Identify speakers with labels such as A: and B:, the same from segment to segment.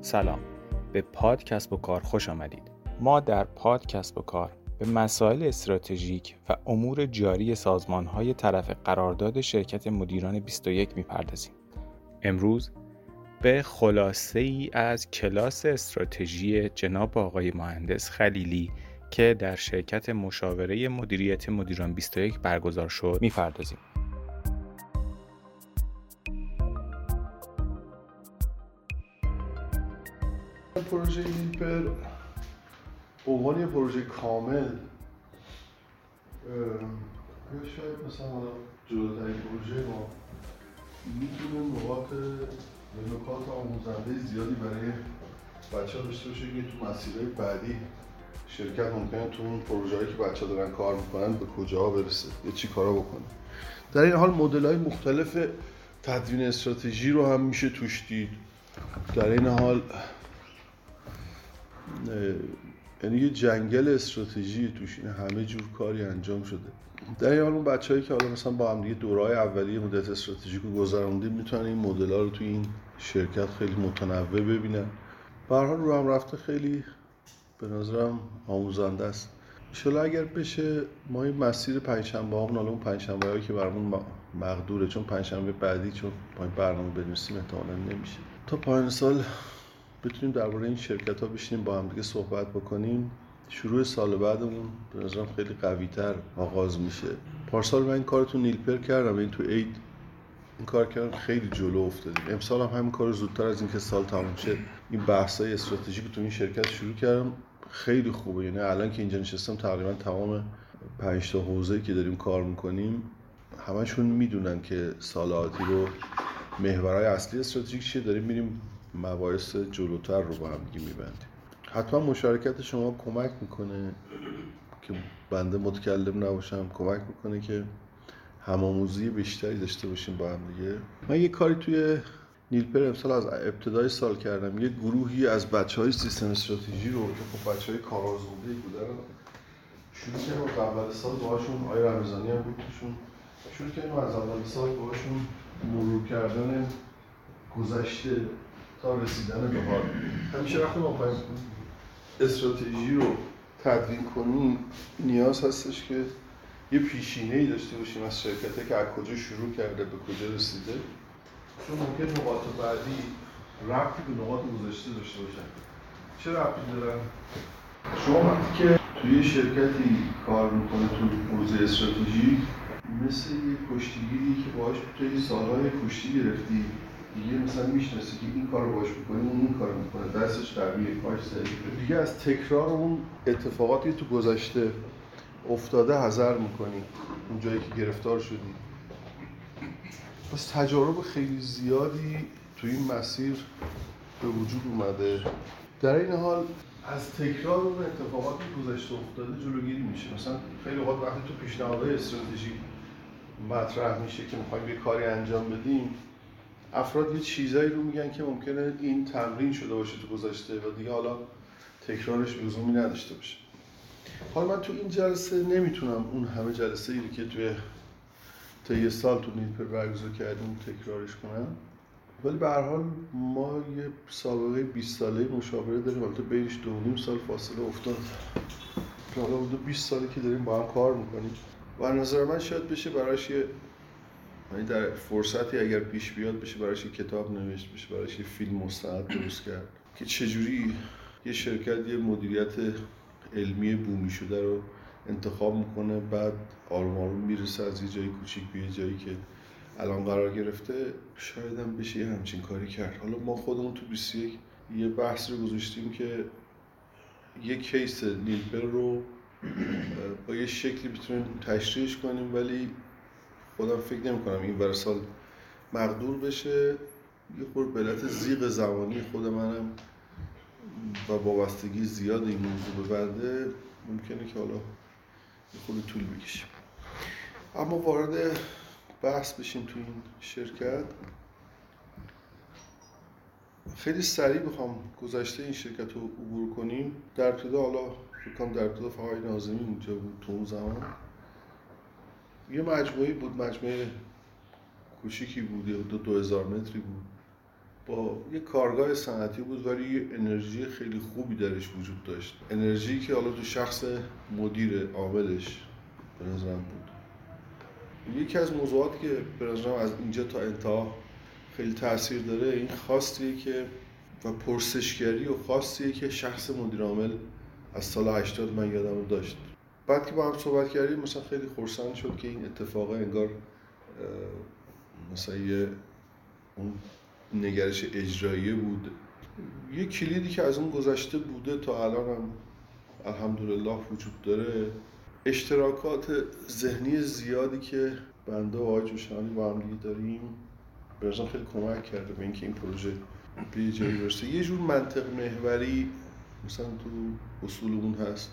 A: سلام، به پاد کسب و کار خوش آمدید. ما در پاد کسب و کار به مسائل استراتژیک و امور جاری سازمان‌های طرف قرارداد شرکت مدیران 21 می‌پردازیم. امروز به خلاصه‌ای از کلاس استراتژی جناب آقای مهندس خلیلی که در شرکت مشاوره مدیریت مدیران 21 برگزار شد می‌پردازیم.
B: پروژه نیلپر به عنوان یه پروژه کامل یا شاید مثلا جلوترین پروژه ما میتونه نکات آموزنده زیادی برای بچه‌ها داشته باشه که تو مسیرهای بعدی شرکت ممکنه تو اون پروژه‌ای که بچه‌ها دارن کار میکنن به کجاها برسه یا چی کارا بکنه. در این حال مدل‌های مختلف تدوین استراتژی رو هم میشه توش دید. در این حال یعنی یه جنگل استراتژی توش، این همه جور کاری انجام شده. در این حال اون بچه‌هایی که حالا مثلا با هم دیگه دوره‌های اولیه مدت استراتژیک رو گذروندیم میتونن این مدل‌ها رو توی این شرکت خیلی متنوع ببینن. به هر حال رو هم رفته خیلی به نظرم آموزنده است. ان شاءالله اگر بشه ما این مسیر پنجشنبه‌هامون، حالا اون پنجشنبه‌هایی که برامون مقدوره، چون پنجشنبه بعدی چون ما برنامه بنویسیم احتمالاً نمیشه، تا پایان سال بتونیم درباره این شرکت‌ها بشینیم با هم دیگه صحبت بکنیم. شروع سال بعدمون به نظرم خیلی قوی‌تر آغاز میشه. پارسال من این کارو تو نیلپر کردم، این تو عید این کار کردم، خیلی جلو افتادیم. امسال هم همین کارو زودتر از اینکه سال تموم شه این بحث‌های استراتژیک تو این شرکت شروع کردم. خیلی خوبه، یعنی الان که اینجا نشستم تقریبا تمام 5 تا حوزه‌ای که داریم کار می‌کنیم همشون میدونن که سال آتی رو محورهای اصلی استراتژیک چیه، داریم میریم مباحث جلوتر رو با هم دیگه میبندیم. حتما مشارکت شما کمک میکنه که بنده متکلم نباشم، کمک میکنه که هم‌آموزی بیشتری داشته باشیم با هم دیگه. من یه کاری توی نیلپر امسال از ابتدای سال کردم، یه گروهی از بچهای سیستم استراتژی رو که خب بچهای کارآزموده‌ای بودن شروع کردم اول سال باهاشون، آقای رمضانی هم بود توشون، شروع کردیم از اول سال باهاشون مرور کردن گذشته تا رسیدن به حال. همیشه وقتی ما می‌خوایم استراتژی رو تدوین کنیم نیاز هستش که یه پیشینه‌ای داشته باشیم از شرکتی که از کجا شروع کرده به کجا رسیده، چون ممکن نقاط بعدی ربطی به نقاط گذشته داشته باشن. چه ربطی دارن؟ شما وقتی که توی شرکتی کار می‌کنه تو حوزه استراتژی، مثل یه کشتیگیری که باهاش توی سالهای کشتی گرفتی، دیگه مثلا میشناسی که این کارو باش می‌کنی، اون این کارو می‌کنه، دستش قویه، پاش سریعه. دیگه از تکرار اون اتفاقاتی تو گذشته افتاده حذر می‌کنی اون جایی که گرفتار شدی. پس تجارب خیلی زیادی تو این مسیر به وجود اومده. در این حال از تکرار اون اتفاقاتی گذشته افتاده جلوگیری میشه. مثلا خیلی وقت وقتی تو پیشنهادهای استراتژی مطرح میشه که می‌خوایم یه کاری انجام بدیم، افراد یه چیزایی رو میگن که ممکنه این تمرین شده باشه تو گذشته و دیگه حالا تکرارش لزومی نداشته باشه. حالا من تو این جلسه نمیتونم اون همه جلسه ای که توی طی سال تو نیلپر برگزار کردیم تکرارش کنم، ولی به هر حال ما یه سابقه 20 ساله مشاوره داریم، البته بینش 2.5 سال فاصله افتاد. حالا حدود 20 ساله که داریم با هم کار میکنیم و از نظر من شاید بشه براش یه، یعنی در فرصتی اگر پیش بیاد بشه براش یه کتاب نوشت، بشه براش یه فیلم مستند درست کرد که چجوری یه شرکت یه مدیریت علمی بومی شده رو انتخاب میکنه، بعد آروم آروم میرسه از یه جای کوچیک به یه جایی که الان قرار گرفته. شاید هم بشه یه همچین کاری کرد. حالا ما خودمون تو 21 یه بحث رو گذاشتیم که یه کیس نیلپر رو با یه شکلی بتونیم تشریحش کنیم، ولی خودم فکر نمی‌کنم این برای سال مقدور بشه. یه خورده به علت ضیق زمانی خود منم و وابستگی زیاد این موضوع به بنده ممکنه که حالا یه خورده طول بکشه. اما وارد بحث بشیم تو این شرکت. خیلی سریع بخوام گذشته این شرکت رو عبور کنیم. در ابتدا حالا فکر کنم در ابتدا فقط ناظمی اونجا بود تو اون زمان. یه مجموعه بود، مجموعه کوچیکی بود، 2000 متری بود با یه کارگاه صنعتی بود ولی یه انرژی خیلی خوبی درش وجود داشت. انرژی که حالا تو شخص مدیر عاملش به نظرم بود. یکی از موضوعاتی که به نظرم از اینجا تا انتها خیلی تاثیر داره این خواستیه که و پرسشگری و خواستیه که شخص مدیر عامل از سال 80 من یادم داشت. بعد که با هم صحبت کردیم مثلا خیلی خرسند شد که این اتفاق انگار مثلا یه اون نگرش اجرایی بود. یه کلیدی که از اون گذشته بوده تا الان هم الحمدلله وجود داره، اشتراکات ذهنی زیادی که بنده و آقای جوشانی با هم دیگه داریم برازم خیلی کمک کرده به اینکه این پروژه به یه جایی برسه. یه جور منطق محوری مثلا تو اصولمون هست.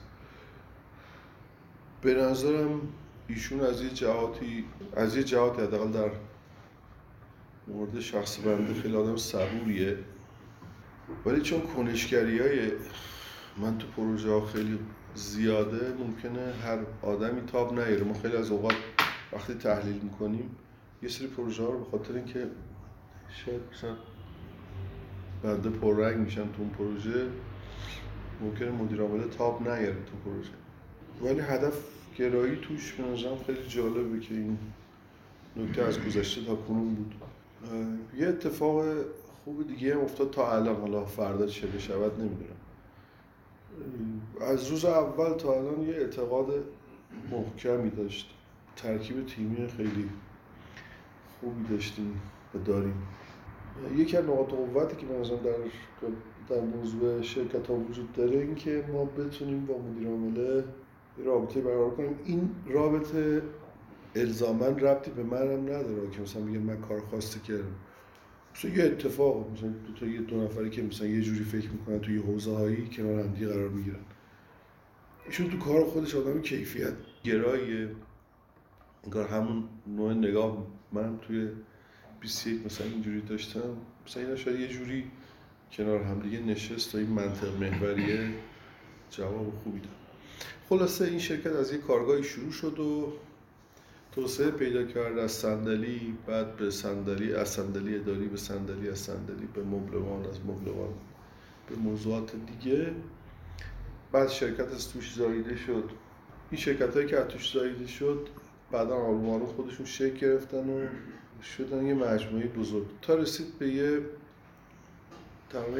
B: به نظرم ایشون از یه جهاتی حداقل در مورد شخص بنده خیلی آدم صبوریه، ولی چون کنشگری‌های من تو پروژه ها خیلی زیاده ممکنه هر آدمی تاب نیاره. ما خیلی از اوقات وقتی تحلیل میکنیم یه سری پروژه ها رو به خاطر اینکه شاید مثلا بنده پررنگ میشن تو اون پروژه ممکنه مدیر عامل تاب نیاره تو پروژه، ولی هدف گرایی توش به نظرم خیلی جالبه که این نکته از گذشته تا کنون بود. یه اتفاق خوب دیگه هم افتاد تا الان، حالا فردا چه بشود نمیدونم. از روز اول تا الان یه اعتقاد محکمی داشت، ترکیب تیمی خیلی خوبی داشتیم و داریم. یکی از نقاط قوتی که من در موضوع شرکت ها وجود داره این که ما بتونیم با مدیر عامل رابطه برقرار کنیم. این رابطه الزاماً ربطی به منم نداره که مثلا میگم من کار خاصی کردم. مثلا یه اتفاق مثلا دو نفری که مثلا یه جوری فکر میکنن توی حوزه‌هایی کنار هم دیگه قرار میگیرن. ایشون تو کار خودش آدم کیفیت گراییه، انگار همون نوع نگاه من توی 21 مثلا اینجوری داشتم. مثلا اینا شاید یه جوری کنار هم دیگه نشست تا این منطق محوریه جواب خوبی داد. خلاصه این شرکت از یه کارگاهی شروع شد و توسعه پیدا کرد از صندلی، بعد به صندلی، از صندلی اداری به صندلی، از صندلی به مبلمان، از مبلمان به موضوعات دیگه. بعد شرکت از توش زاییده شد. این شرکت هایی که از توش زاییده شد بعدا آروم خودشون شکل گرفتن و شدن یه مجموعه بزرگ تا رسید به یه تقریبا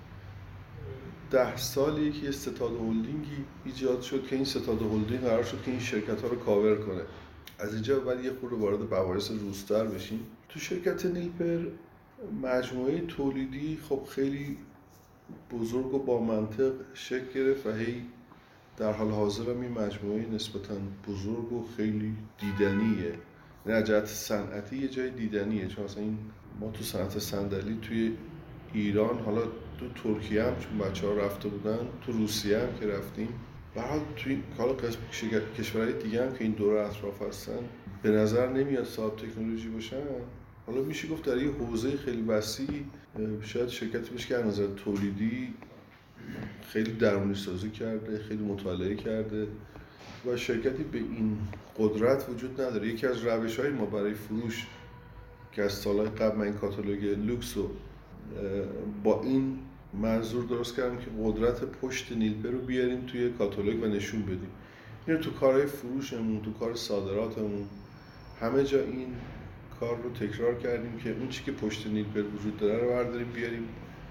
B: 10 سالی که یه ستاد هلدینگی ایجاد شد که این ستاد هلدینگ قرار شد که این شرکت ها رو کاور کنه. از اینجا بعد یه خورده وارد مباحث روزتر بشیم. تو شرکت نیلپر مجموعه تولیدی خب خیلی بزرگ و با منطق شکل گرفت و هی در حال حاضر هم این مجموعه نسبتاً بزرگ و خیلی دیدنیه. نه جهت صنعتی یه جای دیدنیه، چون اصلا این ما تو صنعت صندلی توی ایران، حالا تو ترکیه هم چون بچه‌ها رفته بودن، تو روسیه هم که رفتیم، به هر حال توی کشورهای دیگه هم که این دور اطراف هستن به نظر نمیاد صاحب تکنولوژی باشن. حالا میشه گفت در یه حوزه خیلی وسیع شاید شرکتی باشه که از نظر تولیدی خیلی درونی سازی کرده، خیلی مطالعه کرده و شرکتی به این قدرت وجود نداره. یکی از روش‌های ما برای فروش که از سالهای قبل من این کاتالوگ لوکس رو با این منظور درست کردم که قدرت پشت نیلپر رو بیاریم توی کاتالوگ و نشون بدیم. اینو تو کارهای فروشمون، تو کار صادراتمون، همه جا این کار رو تکرار کردیم که اون چی که پشت نیلپر وجود داره رو برداریم بیاریم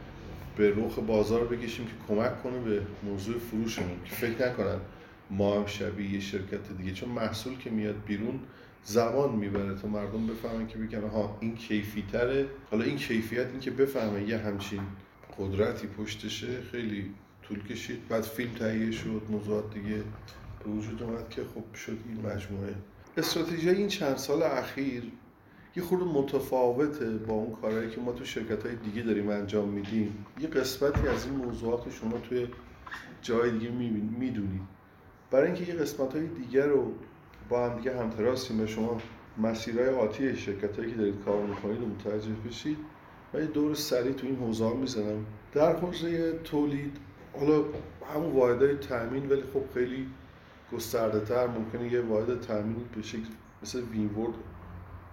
B: به رخ بازار بکشیم که کمک کنه به موضوع فروشمون، که فکر نکنن ما هم شبیه یه شرکت دیگه، چون محصول که میاد بیرون زمان میبره تا مردم بفهمن که بگن ها این کیفی‌تره. حالا این کیفیت، این که بفهمن یه همچین قدرتی پشتشه خیلی طول کشید. بعد فیلم تهیه شد، موضوعات دیگه به وجود اومد که خب شد این مجموعه. استراتژی این چند سال اخیر یه خورده متفاوته با اون کارهایی که ما تو شرکت‌های دیگه داریم انجام میدیم. یه قسمتی از این موضوعات شما توی جای دیگه میدونید، برای اینکه یه قسمت‌های دیگه رو با هم دیگه همتراسیم و شما مسیرهای آتی شرکت‌هایی که دارید کار می‌کنید رو متوجه بشید. من یه دور سریع تو این حوزه‌ها میزنم. در حوزه تولید، حالا همون واحدهای تامین، ولی خب خیلی گسترده‌تر، ممکنه یه واحد تامین به شکل مثل وینورد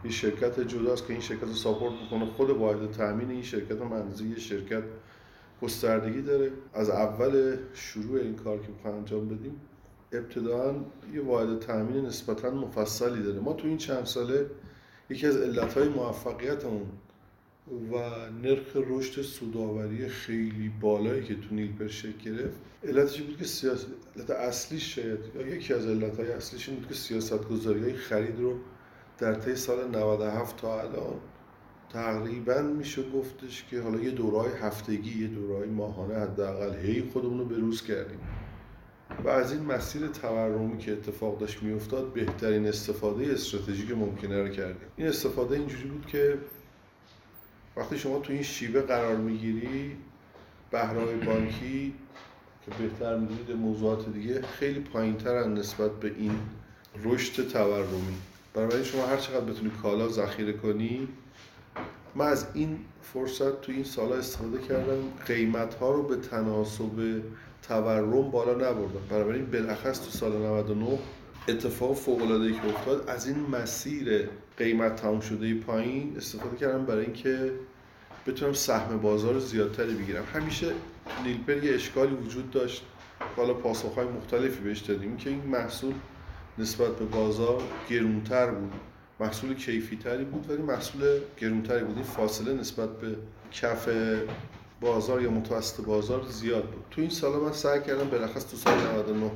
B: یه شرکت جداست که این شرکت رو ساپورت میکنه، خود واحد تامین این شرکت هم اندازه یه شرکت گستردگی داره. از اول شروع این کار که میخوایم انجام بدیم ابتداً یه واحد تامین نسبتاً مفصلی داره. ما تو این چند ساله یکی از علتهای موفقیتمون و نرخ رشد سودآوری خیلی بالایی که تو نیلپر شکل گرفت، علتش بود که علت اصلیش شاید یا یکی از علتهای اصلیش این بود که سیاست‌گذاری‌های خرید رو در طی سال 97 تا الان تقریباً میشه گفتش که حالا یه دورهای هفتگی، یه دورهای ماهانه حداقل هی خودمون رو بروز کردیم و از این مسیر تورمی که اتفاق داشت میافتاد بهترین استفاده استراتژیک ممکنه رو کردیم. این استفاده اینجوری بود که وقتی شما تو این شیوه قرار میگیری، بهره‌های بانکی که بهتر میدونید موضوعات دیگه خیلی پایین‌ترن نسبت به این رشد تورمی. برای شما هر چقدر بتونی کالا ذخیره کنی، من از این فرصت تو این سالا استفاده کردم قیمت‌ها رو به تناسب تورم بالا نبردم. برای بالاخص تو سال 99 اتفاق فوق‌العاده‌ای که افتاد، از این مسیر قیمت تموم شده پایین استفاده کردم برای اینکه بتونم سهم بازار زیادتری بگیرم. همیشه نیلپر یه اشکالی وجود داشت، حالا پاسخ‌های مختلفی بهش دادیم که این محصول نسبت به بازار گرونتر بود، محصول کیفی‌تری بود ولی محصول گرونتری بود. این فاصله نسبت به کف بازار یا متوسط بازار زیاد بود. تو این سالا من سعی کردم بالاخص تو سال 99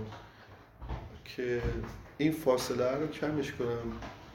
B: که این فاصله رو کمش کنم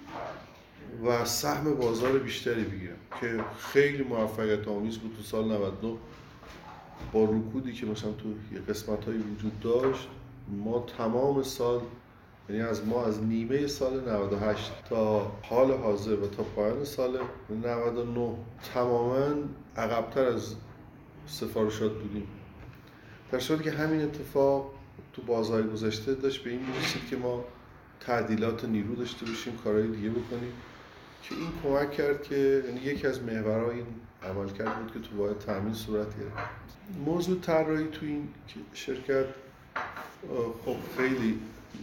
B: و سهم بازار بیشتری بگیرم که خیلی موفقیت آمیز بود. تو سال 99 با رکودی که مثلا تو یه قسمت‌هایی وجود داشت، ما تمام سال، یعنی از نیمه سال 98 تا حال حاضر و تا پایان سال 99 تماماً عقب‌تر از سفارشات بودیم. در صورتی که همین اتفاق تو بازهای گذشته داشت به این می‌رسید که ما تعدیلات نیرو داشته باشیم، کارهای دیگه بکنیم که این کمک کرد که یعنی یکی از محورهای این عملکرد بود که تو واحد تامین صورت گرفت. موضوع طراحی تو این شرکت خب خیلی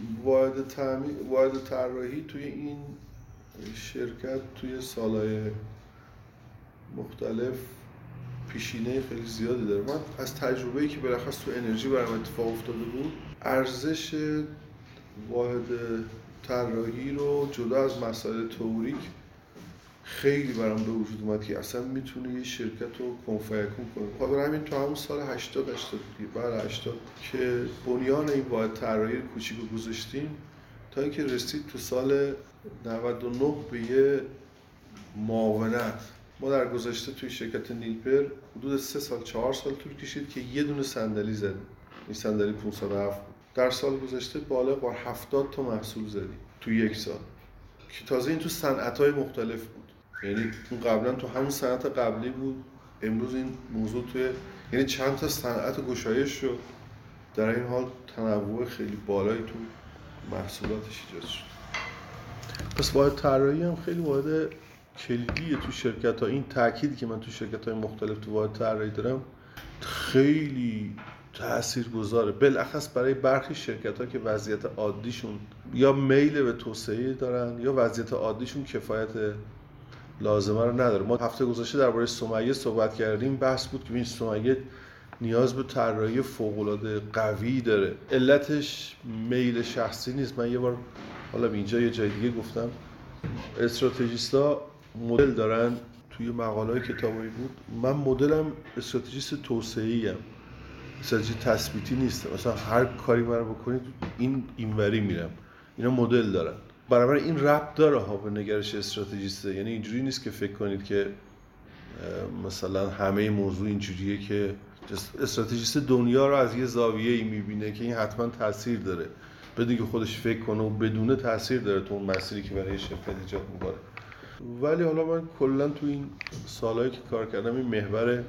B: واحد طراحی توی این شرکت توی سالهای مختلف پیشینه خیلی زیادی داره. من از تجربه‌ای که بالاخص تو انرژی برام اتفاق افتاده بود، ارزش واحد طراحی رو جدا از مسائل تئوریک خیلی برام به وجود اومد که اصلا میتونه یه شرکت رو کن فیکون کنه. خاطر همین تو همون سال 80 که بنیان این واحد طراحی کوچیکو گذاشتیم تا اینکه رسید تو سال 99 به یه معاونت. ما در گذشته توی شرکت نیلپر حدود 4 سال طول کشید که یه دونه صندلی زدیم. این صندلی 507 بود. در سال گذشته بالغ بر 70 تا محصول زدیم توی یک سال که تازه این تو صنعت‌های مختلف بود. یعنی اون قبلا تو همون صنعت قبلی بود، امروز این موضوع توی یعنی چند تا صنعت گشایش شد، در این حال تنوع خیلی بالایی تو محصولاتش ایجاد شد. پس واحد طراحی هم خیلی واحد کلیدیه تو شرکت‌ها. این تأکیدی که من تو شرکت‌های مختلف تو واحد طراحی دارم خیلی تاثیرگذاره، بالاخص برای برخی شرکت‌ها که وضعیت عادیشون یا میل به توسعه دارن یا وضعیت عادیشون کفایت لازمه رو نداره. ما هفته گذشته درباره سمیه صحبت کردیم، بحث بود که این سمیه نیاز به طراحی فوق‌العاده قوی داره. علتش میل شخصی نیست. من یه بار حالا اینجا یه جای دیگه گفتم استراتژیست‌ها مدل دارن، توی مقاله‌های کتابایی بود. من مدلم استراتژیست توسعه‌ای ام، استراتژی تثبیتی نیست. مثلا هر کاری من رو بکنید اینوری میرم. اینا مدل دارن. برابر این ربط داره ها به نگرش استراتژیسته. یعنی اینجوری نیست که فکر کنید که مثلا همه موضوع اینجوریه که استراتژیست دنیا رو از یه زاویه‌ای میبینه که این حتما تاثیر داره، بدون که خودش فکر کنه و بدون تاثیر داره تو اون مسیری که برای شرکت ایجاد می‌کنه. ولی حالا من کلا تو این سالایی که کار کردم این محور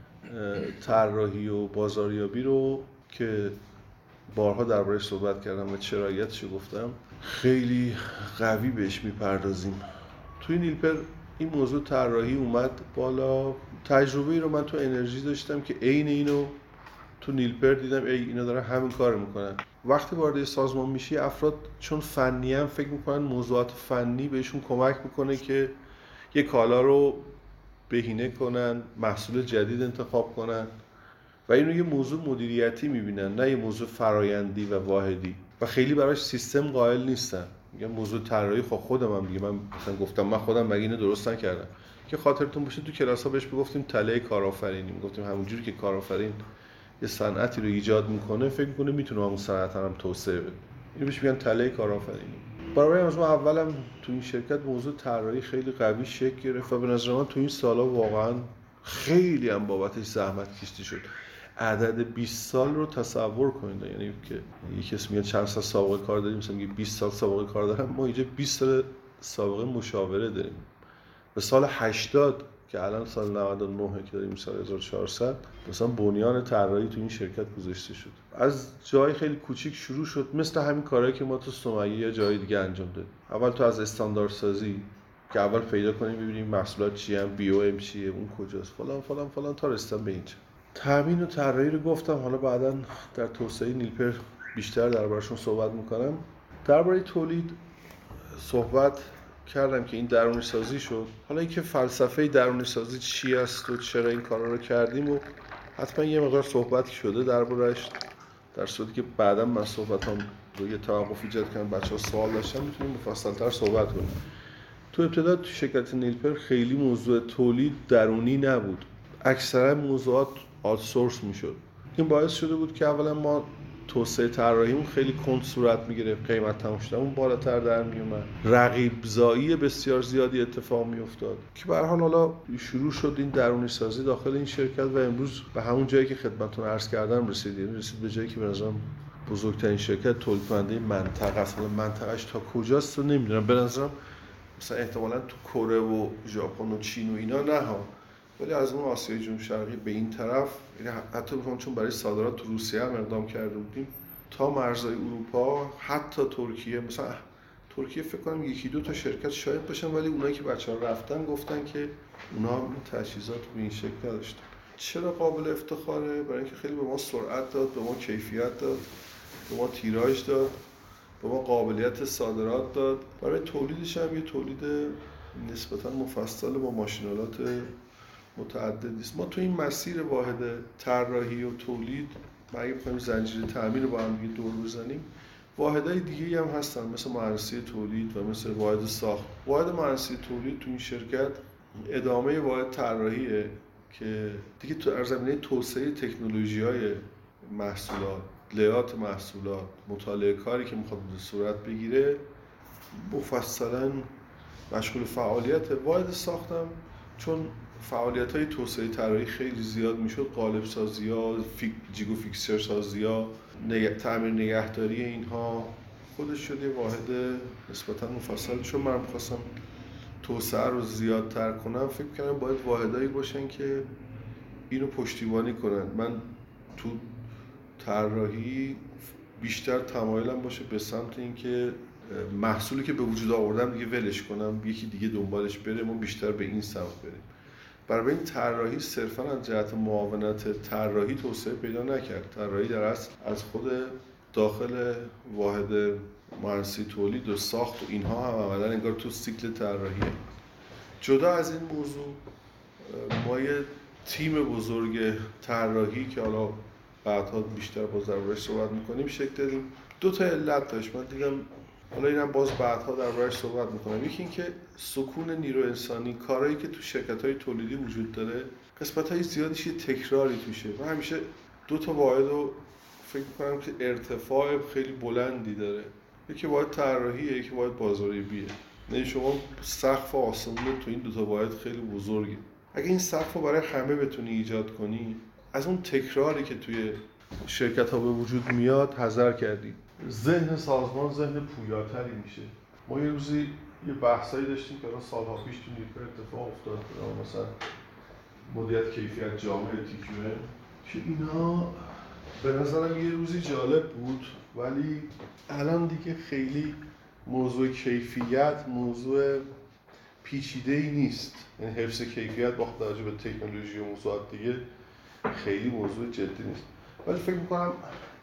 B: طراحی و بازاریابی رو که بارها درباره‌اش صحبت کردم و چراییتش رو گفتم خیلی قوی بهش میپردازیم. توی نیلپر این موضوع طراحی اومد بالا. تجربه‌ای رو من تو انرژی داشتم که عین اینو تو نیلپر دیدم، اینا دارن همین کارو میکنن. وقتی وارد سازمان میشی افراد چون فنی هم فکر میکنن موضوعات فنی بهشون کمک میکنه که یه کالا رو بهینه کنن، محصول جدید انتخاب کنن و اینو یه موضوع مدیریتی میبینن، نه یه موضوع فرایندی و واحدی و خیلی براش سیستم قائل نیستن. میگم موضوع طراحی خودم هم دیگه، من مثلا گفتم من خودم مگه اینو درست نکردم که خاطرتون باشه تو کلاس‌ها بهش میگفتیم تله کارآفرینی، میگفتیم همونجوری که کارآفرین یه صنعتی رو ایجاد میکنه فکر میکنه میتونه اون صنعت هم توسعه بده، اینو بهش میگن تله کارآفرینی. برای از ما اولم تو این شرکت موضوع طراحی خیلی قوی شکل گرفت و به نظر من تو این سالا واقعا خیلی هم بابتش زحمت کشیده شد. عدد 20 سال رو تصور کنید، یعنی که یک کسی میگه چند سال سابقه کار داریم، مثلا میگه 20 سال سابقه کار دارم، ما اینجا 20 سال سابقه مشاوره داریم. به سال 80 که الان سال 99 که داریم، سال 1400 مثلا بنیان طراحی تو این شرکت گذاشته شد. از جای خیلی کوچیک شروع شد، مثل همین کارهایی که ما تو سمیه یا جای دیگه انجام دادیم. اول تو از استانداردسازی که اول پیدا کنیم ببینیم محصولات چیه، بی او ام چیه، اون کجاست، فلان فلان فلان تا رسیدن به اینجا. تامین و طراحی رو گفتم، حالا بعداً در توسعه نیلپر بیشتر دربارشون صحبت میکنم. درباره تولید صحبت کردم که این درونی سازی شد. حالا اینکه فلسفه درونی سازی چی است و چرا این کارا رو کردیم و حتما یه مقدار صحبت شده دربارش، در صورتی که بعداً من صحبتام رو یه توقف ایجاد کردم، بچه‌ها سوال داشتن میتونیم مفصل‌تر صحبت کنیم. تو ابتدا تو شرکت نیلپر خیلی موضوع تولید درونی نبود، اکثرا موضوعات آوتسورس میشد. این باعث شده بود که اولا ما توسعه طراحیمون خیلی کند صورت میگرفت، قیمت تماشامون بالاتر در میومد، رقیب زایی بسیار زیادی اتفاق میافتاد که به هر حال حالا شروع شد این درونی سازی داخل این شرکت و امروز به همون جایی که خدمتتون عرض کردم رسید. یعنی رسید به جایی که به نظرم بزرگترین شرکت تولید کننده منطقه است. منطقه‌اش تا کجاست رو نمیدونم، به نظرم مثلا احتمالاً تو کره و ژاپن و چین و اینا نه ها، ولی از اون آسیای جنوب شرقی به این طرف، یعنی حتی میگم چون برای صادرات تو روسیه هم اقدام کرده بودیم تا مرزهای اروپا، حتی ترکیه. مثلا ترکیه فکر کنم یکی دو تا شرکت شاید باشن، ولی اونایی که بچه‌ها رفتن گفتن که اونا هم تجهیزات به این شکل نداشتن. چرا قابل افتخاره؟ برای اینکه خیلی به ما سرعت داد، به ما کیفیت داد، به ما تیراژ داد، به ما قابلیت صادرات داد. برای تولیدش هم یه تولید نسبتاً مفصل با ماشینالات متعددی است. ما تو این مسیر واحد طراحی و تولید، ما اگه بخوایم زنجیره تامین رو با هم دیگه دور بزنیم، واحدهای دیگه‌ای هم هستن مثل مهندسی تولید و مثل واحد ساخت. واحد مهندسی تولید تو این شرکت ادامه واحد طراحیه که دیگه تو در زمینه توسعه تکنولوژی‌های محصولات، لیات محصولات، مطالعه کاری که میخواد صورت بگیره مفصلا مشغول فعالیت. واحد ساختم چون فعالیت‌های توسعه طراحی خیلی زیاد میشد، قالب سازی‌ها، جیگو فیکسچر سازی‌ها، تعمیر نگهداری، اینها خودش شده واحد نسبتاً مفصل. چون من می‌خواستم توسعه رو زیادتر کنم، فکر کردم باید واحدایی باشن که اینو پشتیبانی کنن. من تو طراحی بیشتر تمایلم باشه به سمت اینکه محصولی که به وجود آوردم دیگه ولش کنم، یکی دیگه دنبالش بره، ما بیشتر به این سمت بریم. برای این طراحی صرفاً از جهت معاونت طراحی توسعه پیدا نکرد. طراحی در اصل از خود داخل واحد مهندسی تولید و ساخت و اینها هم عملاً انگار تو سیکل طراحیه. جدا از این موضوع ما یه تیم بزرگ طراحی که حالا بعدها بیشتر باز دربارش صحبت می‌کنیم شکل دادیم. دو تا علت داشت، من دیدم حالا اینم باز بعدها دربارش صحبت می‌کنم. یکی این که سکون نیرو انسانی، کارهایی که تو شرکت‌های تولیدی وجود داره قسمت‌های زیادیش یه تکراری توشه. من همیشه دو تا واحد رو فکر می‌کنم که ارتفاع خیلی بلندی داره، یکی واحد طراحیه، یکی واحد بازاریابیه. یعنی شما سقف آسمون تو این دو تا واحد خیلی بزرگه. اگه این سقف رو برای همه بتونی ایجاد کنی، از اون تکراری که توی شرکت‌ها به وجود میاد حذر کردی، ذهن سازمان ذهن پویاتری میشه. ما یه روزی یه بحثایی داشتیم که الان سالها پیش تو نیلپر اتفاق افتاد، مثلا مدیریت کیفیت جامع TQM، که اینا به نظرم یه روزی جالب بود، ولی الان دیگه خیلی موضوع کیفیت موضوع پیچیده‌ای نیست. یعنی حفظ کیفیت با توجه به تکنولوژی و موضوعات دیگه خیلی موضوع جدی نیست. ولی فکر می‌کنم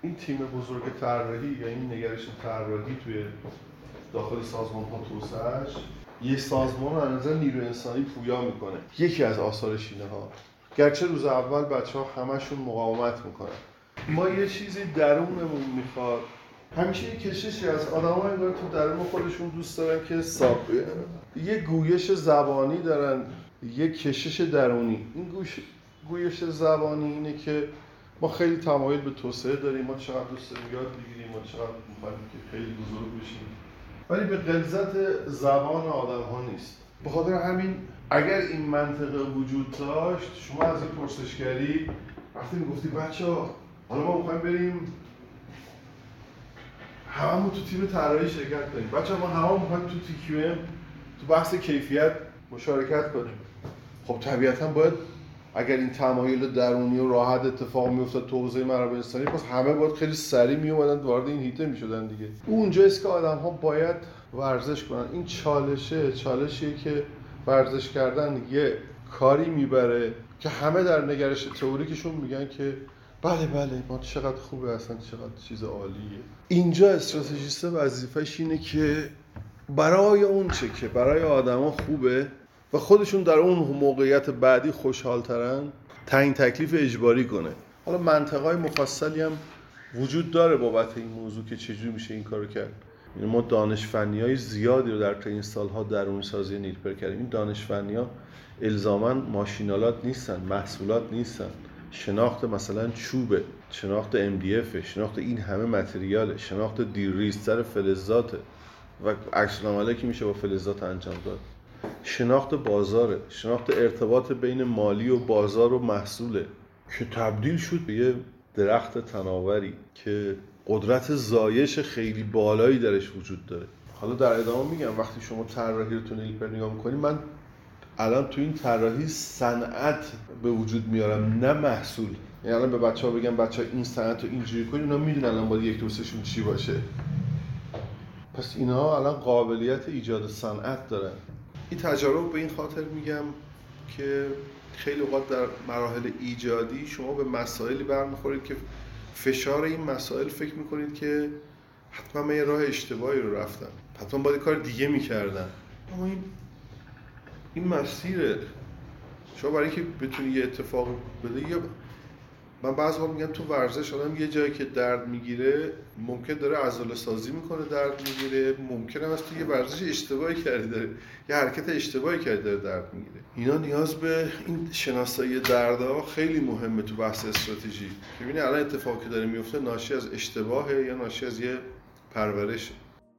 B: این تیم بزرگ طراحی یا این نگرش طراحی توی داخل سازمان ها توسعه‌اش یه سازمان رو از نظر نیروی انسانی پویا میکنه. یکی از آثارش اینه ها، گرچه روز اول بچه‌ها همشون مقاومت میکنن، ما یه چیزی درونمون میخواد. همیشه یه کششی از آدم‌ها انگار تو درون خودشون دوست دارن که یه گویش زبانی دارن، یه کشش درونی. این گویش زبانی اینه که ما خیلی تمایل به توسعه داریم، ما چقدر دوست داریم یاد بگیریم، ما چقدر می‌خوایم که خیلی بزرگ بشیم، ولی به غلظت زبان آدم‌ها نیست. به خاطر همین اگر این منطقه وجود داشت، شما از این پرسشگری وقتی میگفتی بچه‌ها حالا ما می‌خوایم بریم هممون تو تیم طراحی شرکت کنیم، بچه‌ها ما هممون می‌خوایم تو TQM تو بحث کیفیت مشارکت کنیم، خب طبیعتاً باید اگر این تمایل درونی و راحت اتفاق میافتاد تو حوزه منابع انسانی، پس همه باید خیلی سریع میومدن وارد این هیته میشدن دیگه. اونجاست که آدم‌ها باید ورزش کنن. این چالشیه که ورزش کردن یه کاری میبره که همه در نگرش تئوریکشون میگن که بله ما چقدر خوبه، اصلا چقدر چیز عالیه. اینجا استراتژیست وظیفه‌ش اینه که برای اون چه که برای آدما خوبه و خودشون در اون موقعیت بعدی خوشحال‌ترن تعیین تکلیف اجباری کنه. حالا منطقه‌های مفصلی هم وجود داره بابت این موضوع که چجوری میشه این کارو کرد. یعنی ما دانش فنی‌های زیادی رو در این سال‌ها درون سازی نیلپر کردیم. این دانش فنی‌ها الزاماً ماشینالات نیستن، محصولات نیستن. شناخت مثلا چوبه، شناخت MDF، شناخت این همه متریاله، شناخت دیرریزتر فلزاته و عکس‌العملی که میشه با فلزات انجام داد. شناخت بازاره، شناخت ارتباط بین مالی و بازار و محصوله که تبدیل شد به یه درخت تناوری که قدرت زایش خیلی بالایی درش وجود داره. حالا در ادامه میگم وقتی شما طراحی رو تو نیلپر نگاه میکنید، من الان تو این طراحی صنعت به وجود میارم نه محصول. یعنی الان به بچه‌ها بگم بچه‌ها این صنعت رو اینجوری کنید، اونا میدونن الان باید یک دوستشون چی باشه. پس اینها الان قابلیت ایجاد صنعت دارن. این تجارب به این خاطر میگم که خیلی اوقات در مراحل ایجادی شما به مسائلی برمیخورید که فشار این مسائل فکر میکنید که حتما من یه راه اشتباهی رو رفتم، حتما باید کار دیگه میکردم. اما این مسیره. شما برای اینکه بتونی یه اتفاق بده، یا من بعضی وقتا میگم تو ورزش آدم یه جایی که درد میگیره ممکن داره عضله سازی میکنه درد میگیره، ممکنه از تو یه ورزش اشتباهی کردی داره یه حرکت اشتباهی کردی داره درد میگیره. اینا نیاز به این شناسایی دردها خیلی مهمه تو بحث استراتژی. ببینید الان اتفاقی که داره میفته ناشی از اشتباهه یا ناشی از یه پرورشه.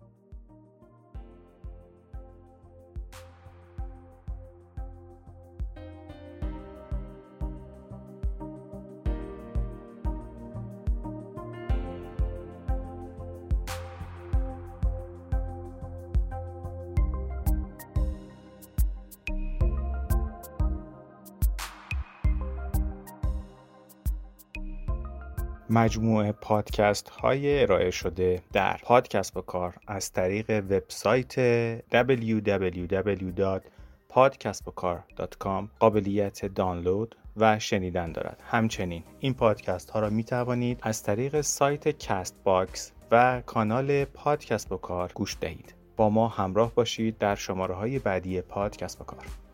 A: مجموعه پادکست های ارائه شده در پادکست با کار از طریق وبسایت www.podcastbakar.com قابلیت دانلود و شنیدن دارد. همچنین این پادکست ها را می توانید از طریق سایت کست باکس و کانال پادکست با کار گوش دهید. با ما همراه باشید در شماره های بعدی پادکست با کار.